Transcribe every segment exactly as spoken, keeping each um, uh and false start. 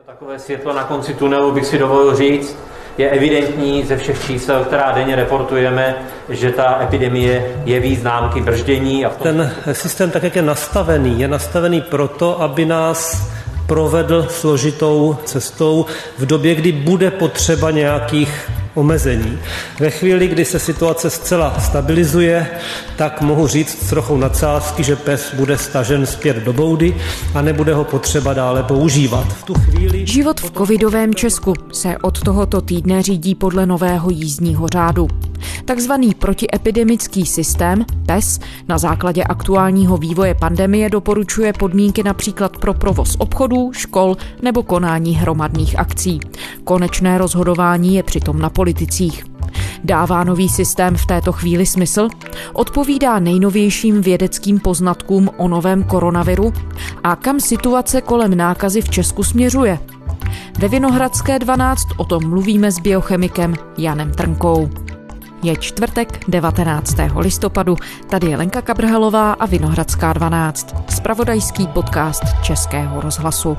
Takové světlo na konci tunelu bych si dovolil říct. Je evidentní ze všech čísel, která denně reportujeme, že ta epidemie jeví známky brždění. A v tom... Ten systém, tak jak je nastavený, je nastavený proto, aby nás provedl složitou cestou v době, kdy bude potřeba nějakých omezení. Ve chvíli, kdy se situace zcela stabilizuje, tak mohu říct s trochou nadsázky, že pes bude stažen zpět do boudy a nebude ho potřeba dále používat. V tu chvíli... Život v covidovém Česku se od tohoto týdne řídí podle nového jízdního řádu. Takzvaný protiepidemický systém P E S na základě aktuálního vývoje pandemie doporučuje podmínky například pro provoz obchodů, škol nebo konání hromadných akcí. Konečné rozhodování je přitom na politicích. Dává nový systém v této chvíli smysl? Odpovídá nejnovějším vědeckým poznatkům o novém koronaviru? A kam situace kolem nákazy v Česku směřuje? Ve Vinohradské dvanáct o tom mluvíme s biochemikem Janem Trnkou. Je čtvrtek devatenáctého listopadu, tady je Lenka Kabrhelová a Vinohradská dvanáct, zpravodajský podcast Českého rozhlasu.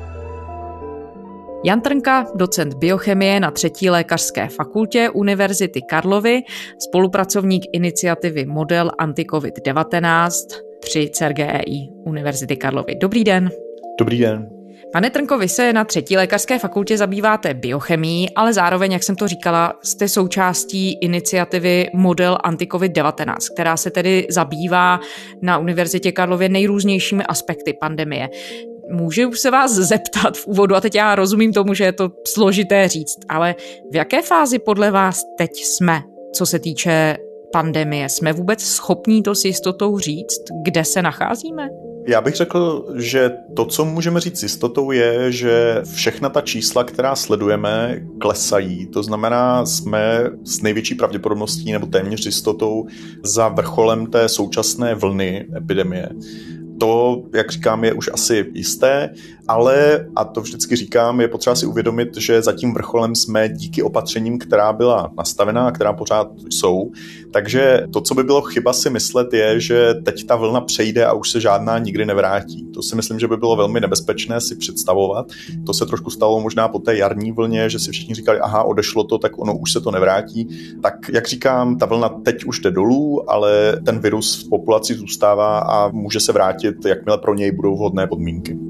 Jan Trnka, docent biochemie na třetí lékařské fakultě Univerzity Karlovy, spolupracovník iniciativy Model anti-covid devatenáct při C E R G E I Univerzity Karlovy. Dobrý den. Dobrý den. Pane Trnko, vy se na třetí lékařské fakultě zabýváte biochemií, ale zároveň, jak jsem to říkala, jste součástí iniciativy Model anti-covid devatenáct, která se tedy zabývá na Univerzitě Karlově nejrůznějšími aspekty pandemie. Můžu se vás zeptat v úvodu, a teď já rozumím tomu, že je to složité říct, ale v jaké fázi podle vás teď jsme, co se týče pandemie? Jsme vůbec schopní to s jistotou říct, kde se nacházíme? Já bych řekl, že to, co můžeme říct s jistotou, je, že všechna ta čísla, která sledujeme, klesají. To znamená, jsme s největší pravděpodobností nebo téměř jistotou za vrcholem té současné vlny epidemie. To, jak říkám, je už asi jisté, ale, a to vždycky říkám, je potřeba si uvědomit, že za tím vrcholem jsme díky opatřením, která byla nastavená a která pořád jsou. Takže to, co by bylo chyba si myslet, je, že teď ta vlna přejde a už se žádná nikdy nevrátí. To si myslím, že by bylo velmi nebezpečné si představovat. To se trošku stalo možná po té jarní vlně, že si všichni říkali, aha, odešlo to, tak ono už se to nevrátí. Tak, jak říkám, ta vlna teď už jde dolů, ale ten virus v populaci zůstává a může se vrátit, jakmile pro něj budou vhodné podmínky.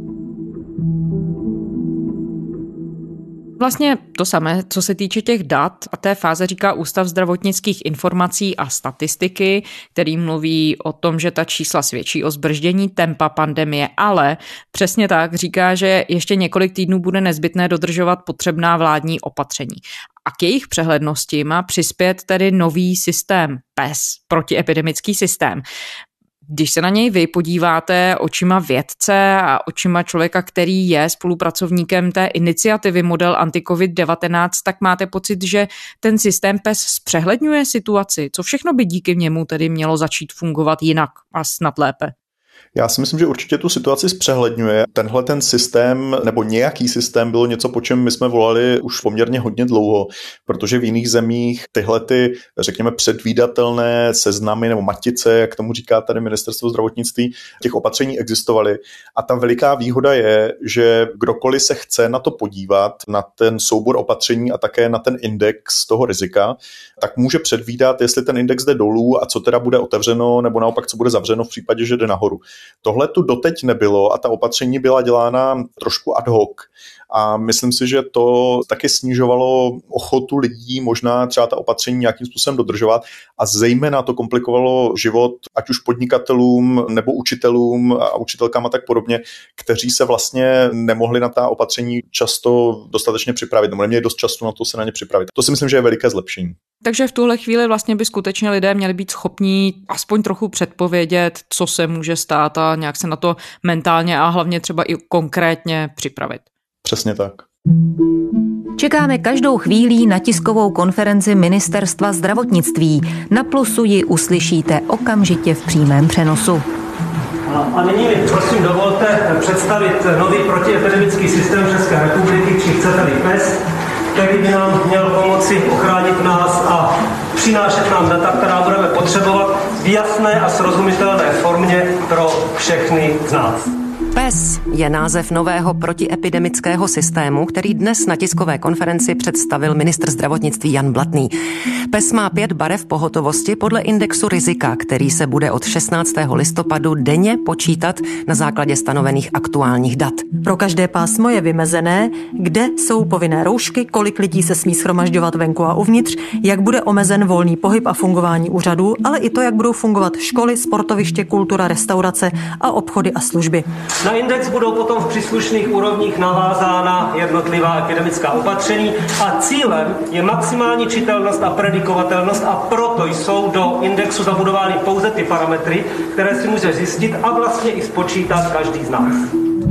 Vlastně to samé, co se týče těch dat a té fáze, říká Ústav zdravotnických informací a statistiky, který mluví o tom, že ta čísla svědčí o zbrždění tempa pandemie, ale přesně tak říká, že ještě několik týdnů bude nezbytné dodržovat potřebná vládní opatření. A k jejich přehlednosti má přispět tedy nový systém P E S, protiepidemický systém. Když se na něj vy podíváte očima vědce a očima člověka, který je spolupracovníkem té iniciativy Model anti-covid devatenáct, tak máte pocit, že ten systém P E S zpřehledňuje situaci? Co všechno by díky němu tedy mělo začít fungovat jinak a snad lépe? Já si myslím, že určitě tu situaci zpřehledňuje. Tenhle ten systém nebo nějaký systém bylo něco, po čem my jsme volali už poměrně hodně dlouho, protože v jiných zemích tyhle ty, řekněme, předvídatelné seznamy nebo matice, jak tomu říká tady ministerstvo zdravotnictví, těch opatření existovaly. A ta veliká výhoda je, že kdokoliv se chce na to podívat, na ten soubor opatření a také na ten index toho rizika, tak může předvídat, jestli ten index jde dolů a co teda bude otevřeno, nebo naopak co bude zavřeno v případě, že jde nahoru. Tohle tu doteď nebylo a ta opatření byla dělána trošku ad hoc. A myslím si, že to taky snižovalo ochotu lidí možná třeba ta opatření nějakým způsobem dodržovat a zejména to komplikovalo život ať už podnikatelům nebo učitelům a učitelkám a tak podobně, kteří se vlastně nemohli na ta opatření často dostatečně připravit, nebo neměli dost času na to se na ně připravit. To si myslím, že je veliké zlepšení. Takže v tuhle chvíli vlastně by skutečně lidé měli být schopní aspoň trochu předpovědět, co se může stát a nějak se na to mentálně a hlavně třeba i konkrétně připravit. Přesně tak. Čekáme každou chvílí na tiskovou konferenci Ministerstva zdravotnictví. Na Plusu ji uslyšíte okamžitě v přímém přenosu. A, a nyní mi prosím dovolte představit nový protiepidemický systém České republiky, či chcete-li P E S, který by nám měl pomoci ochránit nás a přinášet nám data, která budeme potřebovat v jasné a srozumitelné formě pro všechny z nás. PES je název nového protiepidemického systému, který dnes na tiskové konferenci představil ministr zdravotnictví Jan Blatný. PES má pět barev pohotovosti podle indexu rizika, který se bude od šestnáctého listopadu denně počítat na základě stanovených aktuálních dat. Pro každé pásmo je vymezené, kde jsou povinné roušky, kolik lidí se smí shromažďovat venku a uvnitř, jak bude omezen volný pohyb a fungování úřadů, ale i to, jak budou fungovat školy, sportoviště, kultura, restaurace a obchody a služby. Na index budou potom v příslušných úrovních navázána jednotlivá epidemická opatření a cílem je maximální čitelnost a predikovatelnost a proto jsou do indexu zabudovány pouze ty parametry, které si může zjistit a vlastně i spočítat každý z nás.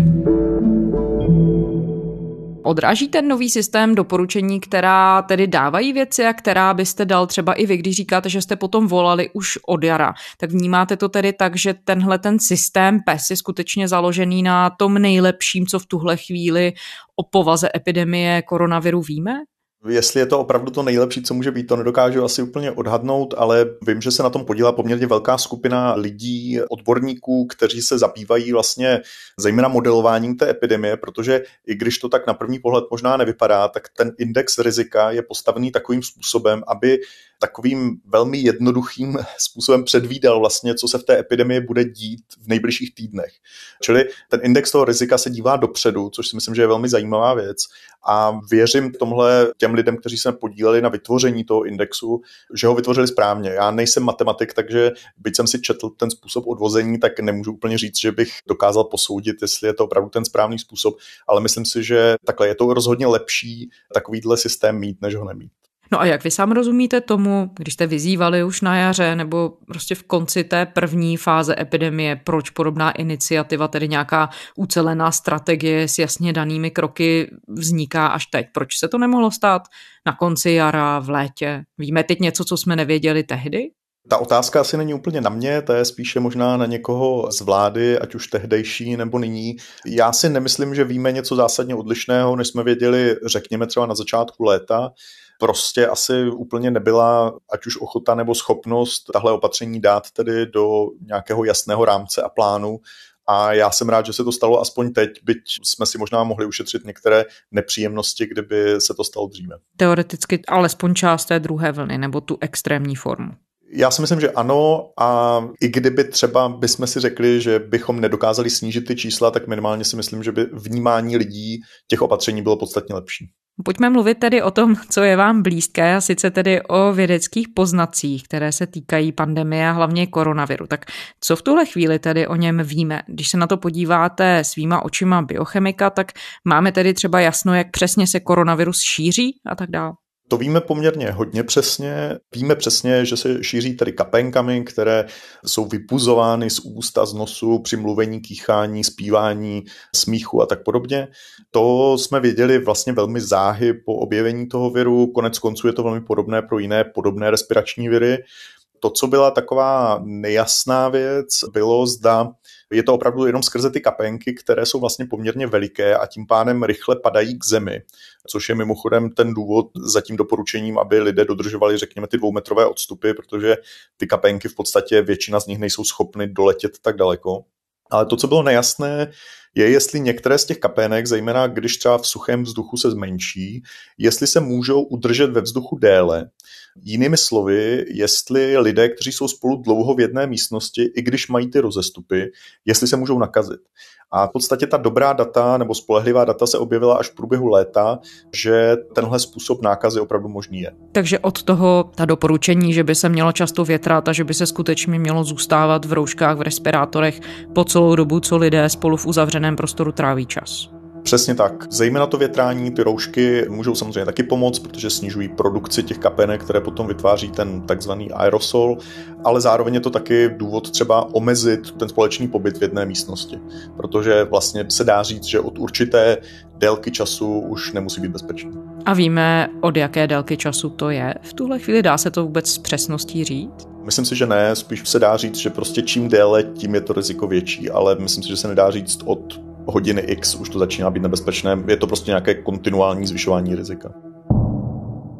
Odráží ten nový systém doporučení, která tedy dávají věci a která byste dal třeba i vy, když říkáte, že jste potom volali už od jara. Tak vnímáte to tedy tak, že tenhle ten systém PES je skutečně založený na tom nejlepším, co v tuhle chvíli o povaze epidemie koronaviru víme? Jestli je to opravdu to nejlepší, co může být, to nedokážu asi úplně odhadnout, ale vím, že se na tom podílá poměrně velká skupina lidí, odborníků, kteří se zabývají vlastně zejména modelováním té epidemie, protože i když to tak na první pohled možná nevypadá, tak ten index rizika je postavený takovým způsobem, aby takovým velmi jednoduchým způsobem předvídal vlastně, co se v té epidemii bude dít v nejbližších týdnech. Čili ten index toho rizika se dívá dopředu, což si myslím, že je velmi zajímavá věc a věřím tomhle těm lidem, kteří se podíleli na vytvoření toho indexu, že ho vytvořili správně. Já nejsem matematik, takže byť jsem si četl ten způsob odvození, tak nemůžu úplně říct, že bych dokázal posoudit, jestli je to opravdu ten správný způsob, ale myslím si, že takhle je to rozhodně lepší takovýhle systém mít, než ho nemít. No a jak vy sám rozumíte tomu, když jste vyzývali už na jaře nebo prostě v konci té první fáze epidemie, proč podobná iniciativa, tedy nějaká ucelená strategie s jasně danými kroky vzniká až teď? Proč se to nemohlo stát na konci jara, v létě? Víme teď něco, co jsme nevěděli tehdy? Ta otázka asi není úplně na mě, to je spíše možná na někoho z vlády, ať už tehdejší nebo nyní. Já si nemyslím, že víme něco zásadně odlišného, než jsme věděli, řekněme třeba na začátku léta. Prostě asi úplně nebyla ať už ochota nebo schopnost tahle opatření dát tedy do nějakého jasného rámce a plánu. A já jsem rád, že se to stalo aspoň teď, byť jsme si možná mohli ušetřit některé nepříjemnosti, kdyby se to stalo dříve. Teoreticky alespoň část té druhé vlny nebo tu extrémní formu. Já si myslím, že ano a i kdyby třeba bychom si řekli, že bychom nedokázali snížit ty čísla, tak minimálně si myslím, že by vnímání lidí těch opatření bylo podstatně lepší. Pojďme mluvit tedy o tom, co je vám blízké, a sice tedy o vědeckých poznatcích, které se týkají pandemie a hlavně koronaviru. Tak co v tuhle chvíli tedy o něm víme? Když se na to podíváte svýma očima biochemika, tak máme tedy třeba jasno, jak přesně se koronavirus šíří a tak dále. To víme poměrně hodně přesně. Víme přesně, že se šíří tedy kapénkami, které jsou vypuzovány z úst a z nosu při mluvení, kýchání, zpívání, smíchu a tak podobně. To jsme věděli vlastně velmi záhy po objevení toho viru. Konec konců je to velmi podobné pro jiné podobné respirační viry. To, co byla taková nejasná věc, bylo, zda je to opravdu jenom skrze ty kapénky, které jsou vlastně poměrně veliké a tím pádem rychle padají k zemi, což je mimochodem ten důvod za tím doporučením, aby lidé dodržovali, řekněme, ty dvoumetrové odstupy, protože ty kapénky v podstatě většina z nich nejsou schopny doletět tak daleko. Ale to, co bylo nejasné, je, jestli některé z těch kapének, zejména když třeba v suchém vzduchu se zmenší, jestli se můžou udržet ve vzduchu déle. Jinými slovy, jestli lidé, kteří jsou spolu dlouho v jedné místnosti, i když mají ty rozestupy, jestli se můžou nakazit. A v podstatě ta dobrá data nebo spolehlivá data se objevila až v průběhu léta, že tenhle způsob nákazy opravdu možný je. Takže od toho ta doporučení, že by se mělo často větrat a že by se skutečně mělo zůstávat v rouškách, v respirátorech po celou dobu, co lidé spolu v uzavřeném prostoru tráví čas. Přesně tak. Zejména to větrání, ty roušky můžou samozřejmě taky pomoct, protože snižují produkci těch kapének, které potom vytváří ten takzvaný aerosol, ale zároveň je to taky důvod třeba omezit ten společný pobyt v jedné místnosti, protože vlastně se dá říct, že od určité délky času už nemusí být bezpečný. A víme, od jaké délky času to je? V tuhle chvíli dá se to vůbec s přesností říct? Myslím si, že ne, spíš se dá říct, že prostě čím déle, tím je to riziko větší, ale myslím si, že se nedá říct od hodiny X už to začíná být nebezpečné, je to prostě nějaké kontinuální zvyšování rizika.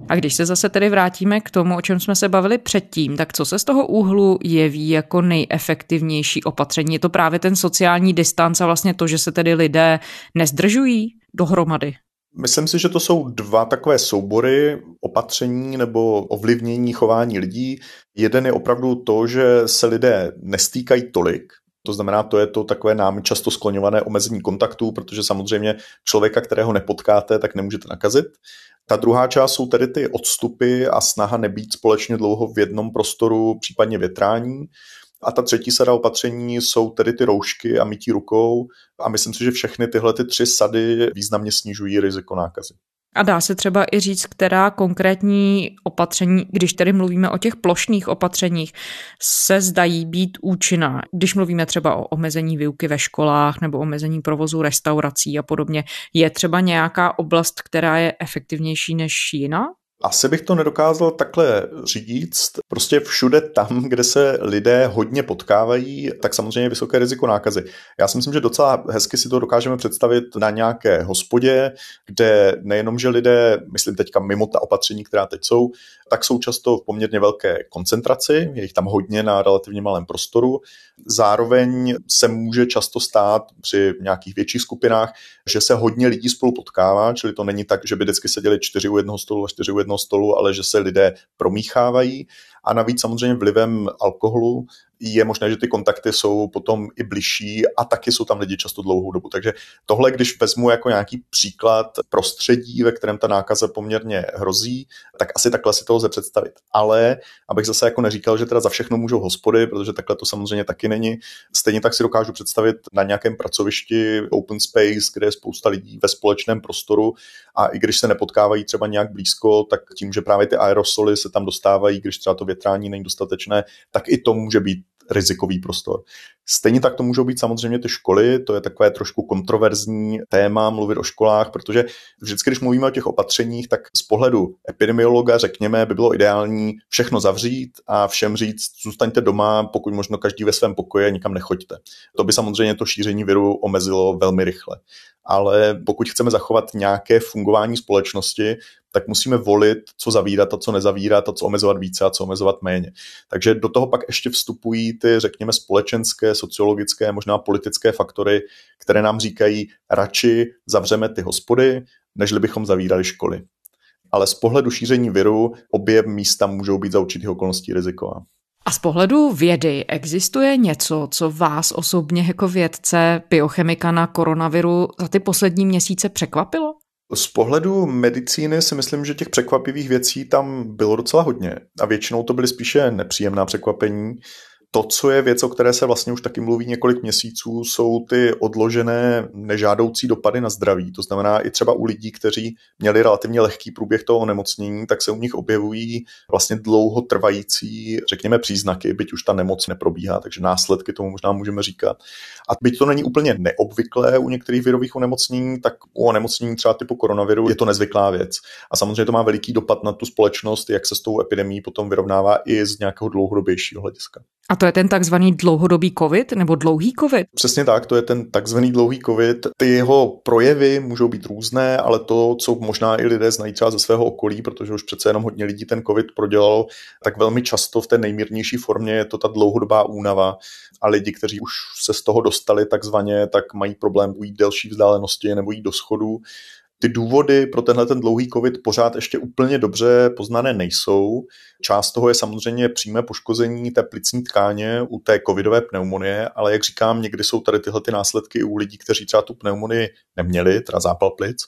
A když se zase tedy vrátíme k tomu, o čem jsme se bavili předtím, tak co se z toho úhlu jeví jako nejefektivnější opatření? Je to právě ten sociální distanc a vlastně to, že se tedy lidé nezdržují dohromady? Myslím si, že to jsou dva takové soubory opatření nebo ovlivnění chování lidí. Jeden je opravdu to, že se lidé nestýkají tolik. To znamená, to je to takové námi často skloňované omezení kontaktů, protože samozřejmě člověka, kterého nepotkáte, tak nemůžete nakazit. Ta druhá část jsou tedy ty odstupy a snaha nebýt společně dlouho v jednom prostoru, případně větrání. A ta třetí sada opatření jsou tedy ty roušky a mytí rukou a myslím si, že všechny tyhle ty tři sady významně snižují riziko nákazy. A dá se třeba i říct, která konkrétní opatření, když tedy mluvíme o těch plošných opatřeních, se zdají být účinná. Když mluvíme třeba o omezení výuky ve školách nebo omezení provozu restaurací a podobně, je třeba nějaká oblast, která je efektivnější než jiná? Asi bych to nedokázal takhle říct. Prostě všude tam, kde se lidé hodně potkávají, tak samozřejmě je vysoké riziko nákazy. Já si myslím, že docela hezky si to dokážeme představit na nějaké hospodě, kde nejenom, že lidé, myslím teďka mimo ta opatření, která teď jsou, tak jsou často v poměrně velké koncentraci, je jich tam hodně na relativně malém prostoru. Zároveň se může často stát při nějakých větších skupinách, že se hodně lidí spolu potkává, čili to není tak, že by vždycky seděli čtyři u jednoho stolu a čtyři u jednoho stolu, ale že se lidé promíchávají. A navíc samozřejmě vlivem alkoholu je možné, že ty kontakty jsou potom i bližší a taky jsou tam lidi často dlouhou dobu. Takže tohle, když vezmu jako nějaký příklad prostředí, ve kterém ta nákaza poměrně hrozí, tak asi takhle si to lze představit. Ale abych zase jako neříkal, že teda za všechno můžou hospody, protože takhle to samozřejmě taky není. Stejně tak si dokážu představit na nějakém pracovišti open space, kde je spousta lidí ve společném prostoru a i když se nepotkávají třeba nějak blízko, tak tím, že právě ty aerosoly se tam dostávají, když třeba to větrání není dostatečné, tak i to může být rizikový prostor. Stejně tak to můžou být samozřejmě ty školy, to je takové trošku kontroverzní téma mluvit o školách, protože vždycky, když mluvíme o těch opatřeních, tak z pohledu epidemiologa, řekněme, by bylo ideální všechno zavřít a všem říct, zůstaňte doma, pokud možno každý ve svém pokoji a nikam nechoďte. To by samozřejmě to šíření viru omezilo velmi rychle. Ale pokud chceme zachovat nějaké fungování společnosti, tak musíme volit, co zavírat a co nezavírat a co omezovat více a co omezovat méně. Takže do toho pak ještě vstupují ty, řekněme, společenské, sociologické, možná politické faktory, které nám říkají, radši zavřeme ty hospody, nežli bychom zavírali školy. Ale z pohledu šíření viru obě místa můžou být za určitých okolností riziková. A z pohledu vědy existuje něco, co vás osobně jako vědce, biochemika na koronaviru za ty poslední měsíce překvapilo? Z pohledu medicíny si myslím, že těch překvapivých věcí tam bylo docela hodně a většinou to byly spíše nepříjemná překvapení. To, co je věc, o které se vlastně už taky mluví několik měsíců, jsou ty odložené nežádoucí dopady na zdraví. To znamená i třeba u lidí, kteří měli relativně lehký průběh toho onemocnění, tak se u nich objevují vlastně dlouhotrvající, řekněme, příznaky, byť už ta nemoc neprobíhá, takže následky tomu možná můžeme říkat. A byť to není úplně neobvyklé u některých virových onemocnění, tak u onemocnění třeba typu koronaviru je to nezvyklá věc. A samozřejmě to má veliký dopad na tu společnost, jak se s tou epidemií potom vyrovnává i z nějakého dlouhodobějšího hlediska. A to je ten takzvaný dlouhodobý covid nebo dlouhý covid? Přesně tak, to je ten takzvaný dlouhý covid. Ty jeho projevy můžou být různé, ale to, co možná i lidé znají třeba ze svého okolí, protože už přece jenom hodně lidí ten covid prodělalo, tak velmi často v té nejmírnější formě je to ta dlouhodobá únava a lidi, kteří už se z toho dostali takzvaně, tak mají problém ujít delší vzdálenosti nebo jít do schodů. Ty důvody pro tenhle ten dlouhý covid pořád ještě úplně dobře poznané nejsou. Část toho je samozřejmě přímé poškození té plicní tkáně u té covidové pneumonie, ale jak říkám, někdy jsou tady tyhle ty následky u lidí, kteří třeba tu pneumonii neměli, teda zápal plic.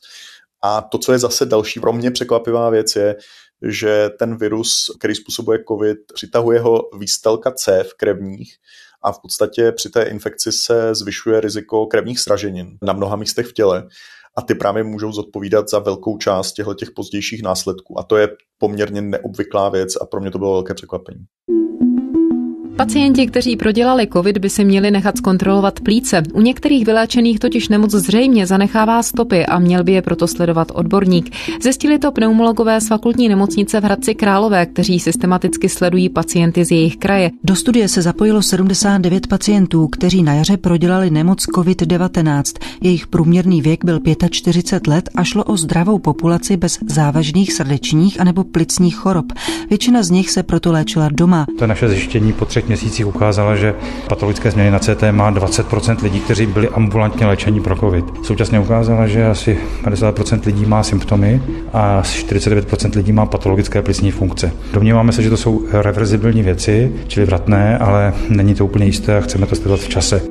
A to, co je zase další pro mě překvapivá věc, je, že ten virus, který způsobuje covid, přitahuje ho výstelka cév krevních a v podstatě při té infekci se zvyšuje riziko krevních sraženin na mnoha místech v těle. A ty právě můžou zodpovídat za velkou část těch pozdějších následků. A to je poměrně neobvyklá věc a pro mě to bylo velké překvapení. Pacienti, kteří prodělali covid, by si měli nechat zkontrolovat plíce. U některých vyléčených totiž nemoc zřejmě zanechává stopy a měl by je proto sledovat odborník. Zjistili to pneumologové z fakultní nemocnice v Hradci Králové, kteří systematicky sledují pacienty z jejich kraje. Do studie se zapojilo sedmdesát devět pacientů, kteří na jaře prodělali nemoc covid devatenáct. Jejich průměrný věk byl čtyřicet pět let a šlo o zdravou populaci bez závažných srdečních anebo plicních chorob. Většina z nich se proto léčila doma. To naše zjištění po třech měsících ukázalo, že patologické změny na C T má dvacet procent lidí, kteří byli ambulantně léčeni pro covid. Současně ukázala, že asi padesát procent lidí má symptomy a čtyřicet devět procent lidí má patologické plicní funkce. Domníváme se, že to jsou reverzibilní věci, čili vratné, ale není to úplně jisté a chceme to sledovat v čase.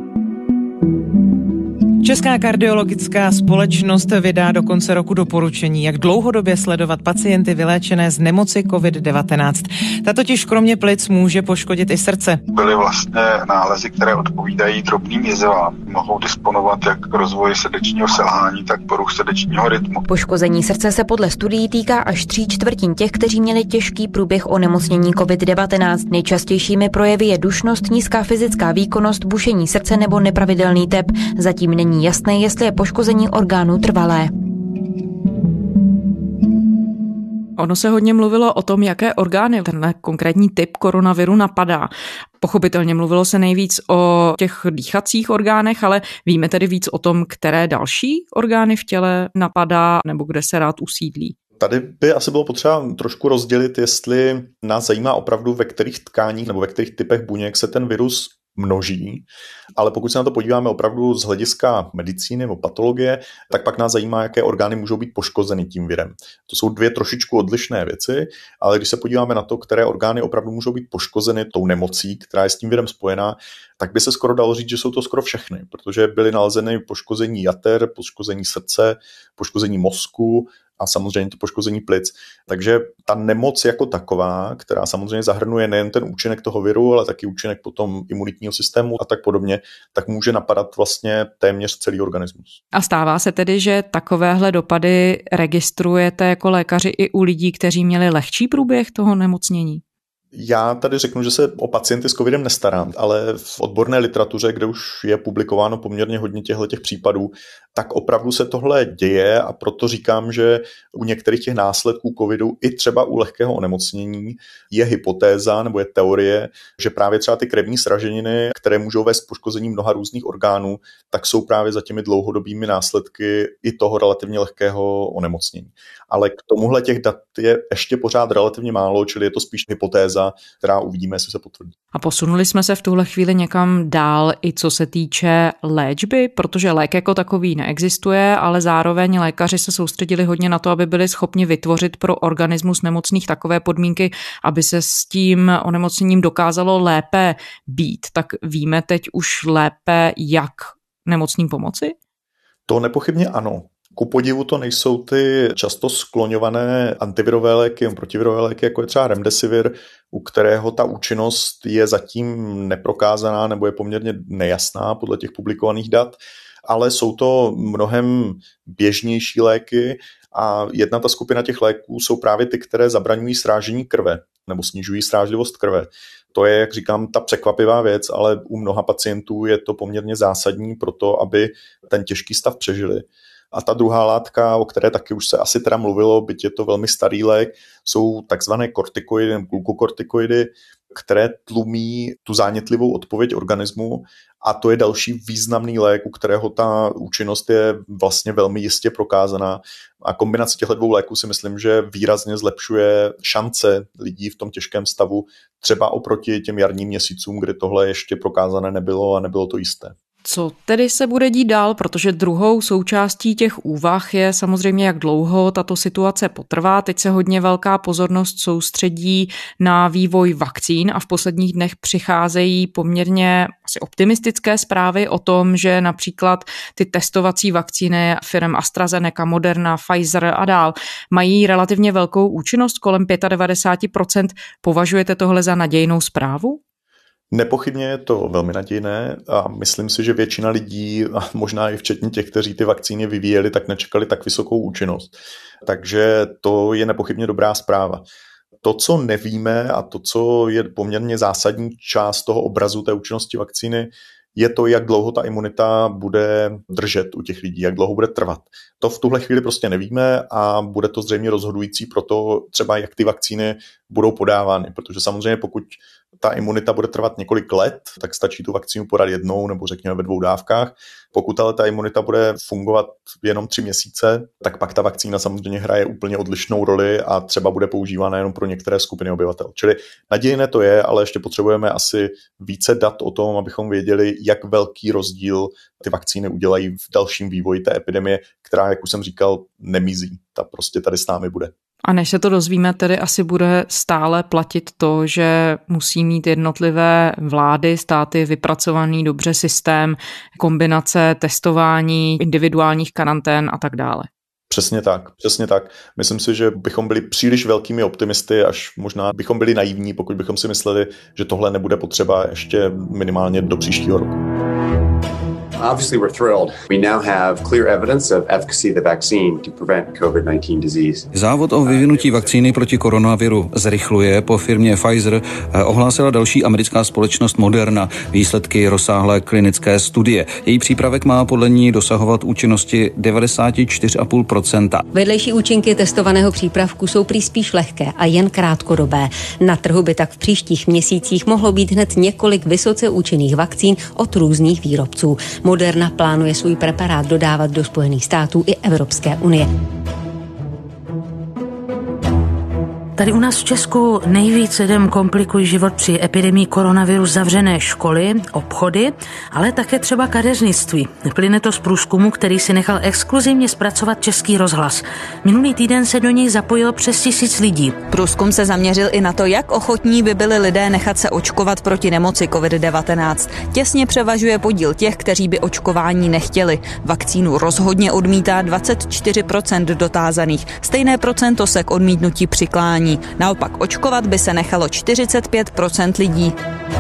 Česká kardiologická společnost vydá do konce roku doporučení, jak dlouhodobě sledovat pacienty vyléčené z nemoci covid devatenáct. Ta totiž kromě plic může poškodit i srdce. Byly vlastně nálezy, které odpovídají drobným jizvám. Mohou disponovat jak rozvoji srdečního selhání, tak poruch srdečního rytmu. Poškození srdce se podle studií týká až tří čtvrtin těch, kteří měli těžký průběh onemocnění covid devatenáct. Nejčastějšími projevy je dušnost, nízká fyzická výkonnost, bušení srdce nebo nepravidelný tep. Zatím není jasné, jestli je poškození orgánů trvalé. Ono se hodně mluvilo o tom, jaké orgány tenhle konkrétní typ koronaviru napadá. Pochopitelně mluvilo se nejvíc o těch dýchacích orgánech, ale víme tedy víc o tom, které další orgány v těle napadá nebo kde se rád usídlí. Tady by asi bylo potřeba trošku rozdělit, jestli nás zajímá opravdu, ve kterých tkáních nebo ve kterých typech buněk se ten virus množí, ale pokud se na to podíváme opravdu z hlediska medicíny nebo patologie, tak pak nás zajímá, jaké orgány můžou být poškozeny tím virem. To jsou dvě trošičku odlišné věci, ale když se podíváme na to, které orgány opravdu můžou být poškozeny tou nemocí, která je s tím virem spojená, tak by se skoro dalo říct, že jsou to skoro všechny, protože byly nalezeny poškození jater, poškození srdce, poškození mozku, a samozřejmě to poškození plic. Takže ta nemoc jako taková, která samozřejmě zahrnuje nejen ten účinek toho viru, ale taky účinek potom imunitního systému a tak podobně, tak může napadat vlastně téměř celý organismus. A stává se tedy, že takovéhle dopady registrujete jako lékaři i u lidí, kteří měli lehčí průběh toho nemocnění? Já tady řeknu, že se o pacienty s covidem nestarám, ale v odborné literatuře, kde už je publikováno poměrně hodně těchto případů, tak opravdu se tohle děje a proto říkám, že u některých těch následků covidu i třeba u lehkého onemocnění je hypotéza nebo je teorie, že právě třeba ty krevní sraženiny, které můžou vést k poškození mnoha různých orgánů, tak jsou právě za těmi dlouhodobými následky i toho relativně lehkého onemocnění. Ale k tomuhle těch dat je ještě pořád relativně málo, čili je to spíš hypotéza, která uvidíme, jestli se potvrdí. A posunuli jsme se v tuhle chvíli někam dál i co se týče léčby, protože lék jako takový neexistuje, ale zároveň lékaři se soustředili hodně na to, aby byli schopni vytvořit pro organismus nemocných takové podmínky, aby se s tím onemocněním dokázalo lépe být. Tak víme teď už lépe, jak nemocným pomoci? To nepochybně ano. Ku podivu to nejsou ty často skloňované antivirové léky, protivirové léky, jako je třeba remdesivir, u kterého ta účinnost je zatím neprokázaná nebo je poměrně nejasná podle těch publikovaných dat, ale jsou to mnohem běžnější léky a jedna ta skupina těch léků jsou právě ty, které zabraňují srážení krve nebo snižují srážlivost krve. To je, jak říkám, ta překvapivá věc, ale u mnoha pacientů je to poměrně zásadní pro to, aby ten těžký stav přežili. A ta druhá látka, o které taky už se asi teda mluvilo, byť je to velmi starý lék, jsou takzvané kortikoidy, glukokortikoidy, které tlumí tu zánětlivou odpověď organismu a to je další významný lék, u kterého ta účinnost je vlastně velmi jistě prokázaná. A kombinace těchto dvou léků si myslím, že výrazně zlepšuje šance lidí v tom těžkém stavu, třeba oproti těm jarním měsícům, kdy tohle ještě prokázané nebylo a nebylo to jisté. Co tedy se bude dít dál, protože druhou součástí těch úvah je samozřejmě, jak dlouho tato situace potrvá. Teď se hodně velká pozornost soustředí na vývoj vakcín a v posledních dnech přicházejí poměrně asi optimistické zprávy o tom, že například ty testovací vakcíny firem AstraZeneca, Moderna, Pfizer a dál mají relativně velkou účinnost, kolem devadesát pět procent. Považujete tohle za nadějnou zprávu? Nepochybně je to velmi nadějné a myslím si, že většina lidí, a možná i včetně těch, kteří ty vakcíny vyvíjeli, tak nečekali tak vysokou účinnost. Takže to je nepochybně dobrá zpráva. To, co nevíme a to, co je poměrně zásadní část toho obrazu té účinnosti vakcíny, je to, jak dlouho ta imunita bude držet u těch lidí, jak dlouho bude trvat. To v tuhle chvíli prostě nevíme a bude to zřejmě rozhodující pro to třeba, jak ty vakcíny budou podávány, protože samozřejmě pokud ta imunita bude trvat několik let, tak stačí tu vakcínu podat jednou nebo řekněme ve dvou dávkách. Pokud ale ta imunita bude fungovat jenom tři měsíce, tak pak ta vakcína samozřejmě hraje úplně odlišnou roli a třeba bude používána jenom pro některé skupiny obyvatel. Čili nadějné to je, ale ještě potřebujeme asi více dat o tom, abychom věděli, jak velký rozdíl ty vakcíny udělají v dalším vývoji té epidemie, která, jak už jsem říkal, nemizí. Ta prostě tady s námi bude. A než se to dozvíme, tedy asi bude stále platit to, že musí mít jednotlivé vlády, státy vypracovaný dobře systém, kombinace testování, individuálních karantén a tak dále. Přesně tak, přesně tak. Myslím si, že bychom byli příliš velkými optimisty, až možná bychom byli naivní, pokud bychom si mysleli, že tohle nebude potřeba ještě minimálně do příštího roku. Obviously, we're thrilled. We now have clear evidence of efficacy of the vaccine to prevent COVID nineteen disease. Závod o vyvinutí vakcíny proti koronaviru zrychluje. Po firmě Pfizer ohlásila další americká společnost Moderna výsledky rozsáhlé klinické studie. Její přípravek má podle ní dosahovat účinnosti devadesát čtyři celá pět procenta. Vedlejší účinky testovaného přípravku jsou prý spíš lehké a jen krátkodobé. Na trhu by tak v příštích měsících mohlo být hned několik vysoce účinných vakcín od různých výrobců. Moderna plánuje svůj preparát dodávat do Spojených států i Evropské unie. Tady u nás v Česku nejvíc lidem komplikují život při epidemii koronaviru zavřené školy, obchody, ale také třeba kadeřnictví. Plyne to z průzkumu, který si nechal exkluzivně zpracovat Český rozhlas. Minulý týden se do něj zapojilo přes tisíc lidí. Průzkum se zaměřil i na to, jak ochotní by byli lidé nechat se očkovat proti nemoci covid devatenáct. Těsně převažuje podíl těch, kteří by očkování nechtěli. Vakcínu rozhodně odmítá dvacet čtyři procent dotázaných. Stejné procento se k odmítnutí přiklání. Naopak očkovat by se nechalo čtyřicet pět procent lidí.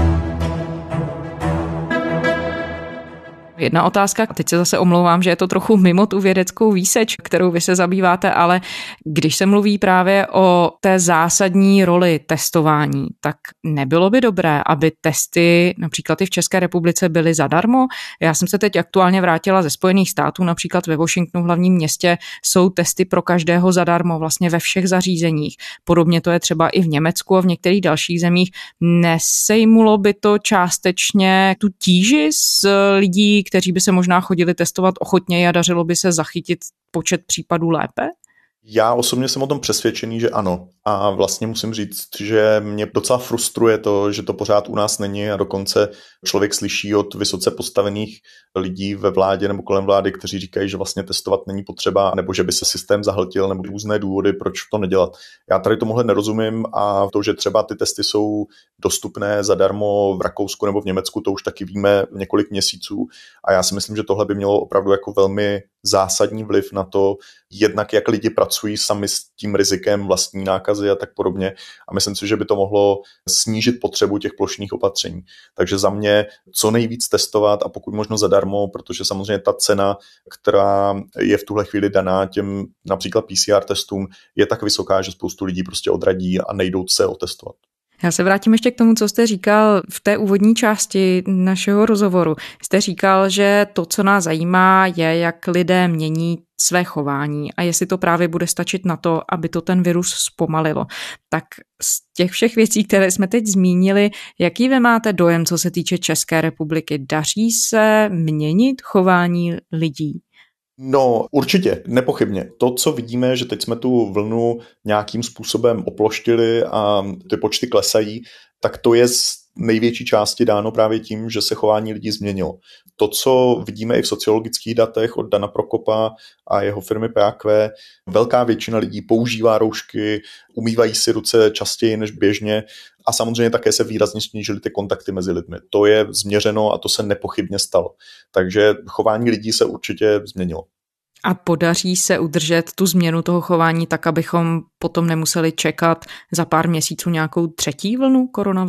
Jedna otázka, teď se zase omlouvám, že je to trochu mimo tu vědeckou výseč, kterou vy se zabýváte, ale když se mluví právě o té zásadní roli testování, tak nebylo by dobré, aby testy například i v České republice byly zadarmo? Já jsem se teď aktuálně vrátila ze Spojených států, například ve Washingtonu, v hlavním městě, jsou testy pro každého zadarmo vlastně ve všech zařízeních. Podobně to je třeba i v Německu a v některých dalších zemích. Nesejmulo by to částečně tu tíži z lidí, kteří by se možná chodili testovat ochotněji a dařilo by se zachytit počet případů lépe? Já osobně jsem o tom přesvědčený, že ano. A vlastně musím říct, že mě docela frustruje to, že to pořád u nás není a dokonce člověk slyší od vysoce postavených lidí ve vládě nebo kolem vlády, kteří říkají, že vlastně testovat není potřeba, nebo že by se systém zahltil, nebo různé důvody, proč to nedělat. Já tady tomuhle nerozumím a to, že třeba ty testy jsou dostupné zadarmo v Rakousku nebo v Německu, to už taky víme několik měsíců a já si myslím, že tohle by mělo opravdu jako velmi zásadní vliv na to, jednak jak lidi pracují sami s tím rizikem vlastní nákazy a tak podobně. A myslím si, že by to mohlo snížit potřebu těch plošných opatření. Takže za mě co nejvíc testovat a pokud možno zadarmo, protože samozřejmě ta cena, která je v tuhle chvíli daná těm například P C R testům, je tak vysoká, že spoustu lidí prostě odradí a nejdou se otestovat. Já se vrátím ještě k tomu, co jste říkal v té úvodní části našeho rozhovoru. Jste říkal, že to, co nás zajímá, je, jak lidé mění své chování a jestli to právě bude stačit na to, aby to ten virus zpomalilo. Tak z těch všech věcí, které jsme teď zmínili, jaký vy máte dojem, co se týče České republiky? Daří se měnit chování lidí? No, určitě, nepochybně. To, co vidíme, že teď jsme tu vlnu nějakým způsobem oploštili a ty počty klesají, tak to je z největší části dáno právě tím, že se chování lidí změnilo. To, co vidíme i v sociologických datech od Dana Prokopa a jeho firmy P A Q, velká většina lidí používá roušky, umývají si ruce častěji než běžně a samozřejmě také se výrazně snížily ty kontakty mezi lidmi. To je změřeno a to se nepochybně stalo. Takže chování lidí se určitě změnilo. A podaří se udržet tu změnu toho chování tak, abychom potom nemuseli čekat za pár měsíců nějakou třetí vlnu koronaviru?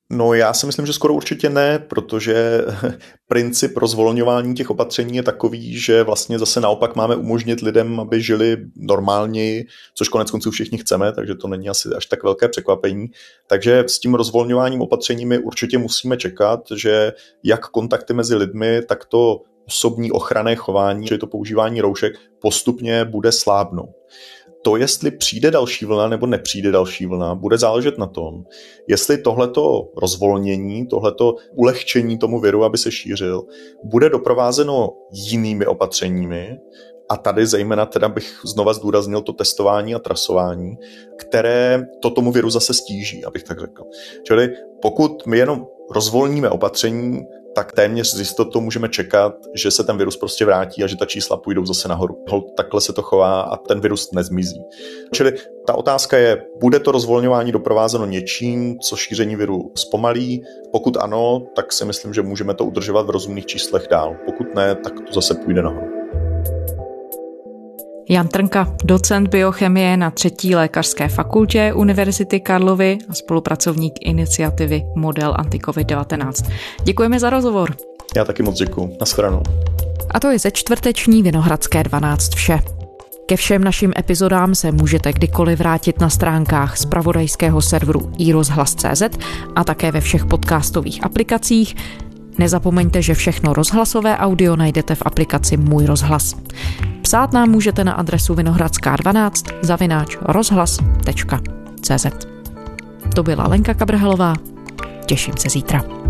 No já si myslím, že skoro určitě ne, protože princip rozvolňování těch opatření je takový, že vlastně zase naopak máme umožnit lidem, aby žili normálněji, což konec konců všichni chceme, takže to není asi až tak velké překvapení. Takže s tím rozvolňováním opatřeními určitě musíme čekat, že jak kontakty mezi lidmi, tak to osobní ochranné chování, že to používání roušek postupně bude slábnout. To, jestli přijde další vlna nebo nepřijde další vlna, bude záležet na tom, jestli tohleto rozvolnění, tohleto ulehčení tomu viru, aby se šířil, bude doprovázeno jinými opatřeními, a tady zejména teda bych znova zdůraznil to testování a trasování, které to tomu viru zase stíží, abych tak řekl. Čili pokud my jenom rozvolníme opatření, tak téměř z jistotou můžeme čekat, že se ten virus prostě vrátí a že ta čísla půjdou zase nahoru. Holt, takhle se to chová a ten virus nezmizí. Čili ta otázka je, bude to rozvolňování doprovázeno něčím, co šíření viru zpomalí? Pokud ano, tak si myslím, že můžeme to udržovat v rozumných číslech dál. Pokud ne, tak to zase půjde nahoru. Jan Trnka, docent biochemie na třetí lékařské fakultě Univerzity Karlovy a spolupracovník iniciativy Model anti-covid devatenáct. Děkujeme za rozhovor. Já taky moc děkuju. Nashledanou. A to je ze čtvrteční Vinohradské dvanáct vše. Ke všem našim epizodám se můžete kdykoliv vrátit na stránkách zpravodajského serveru i rozhlas tečka cé zet a také ve všech podcastových aplikacích. Nezapomeňte, že všechno rozhlasové audio najdete v aplikaci Můj rozhlas. Psát nám můžete na adresu vinohradská dvanáct zavináč rozhlas tečka cé zet. To byla Lenka Kabrhelová. Těším se zítra.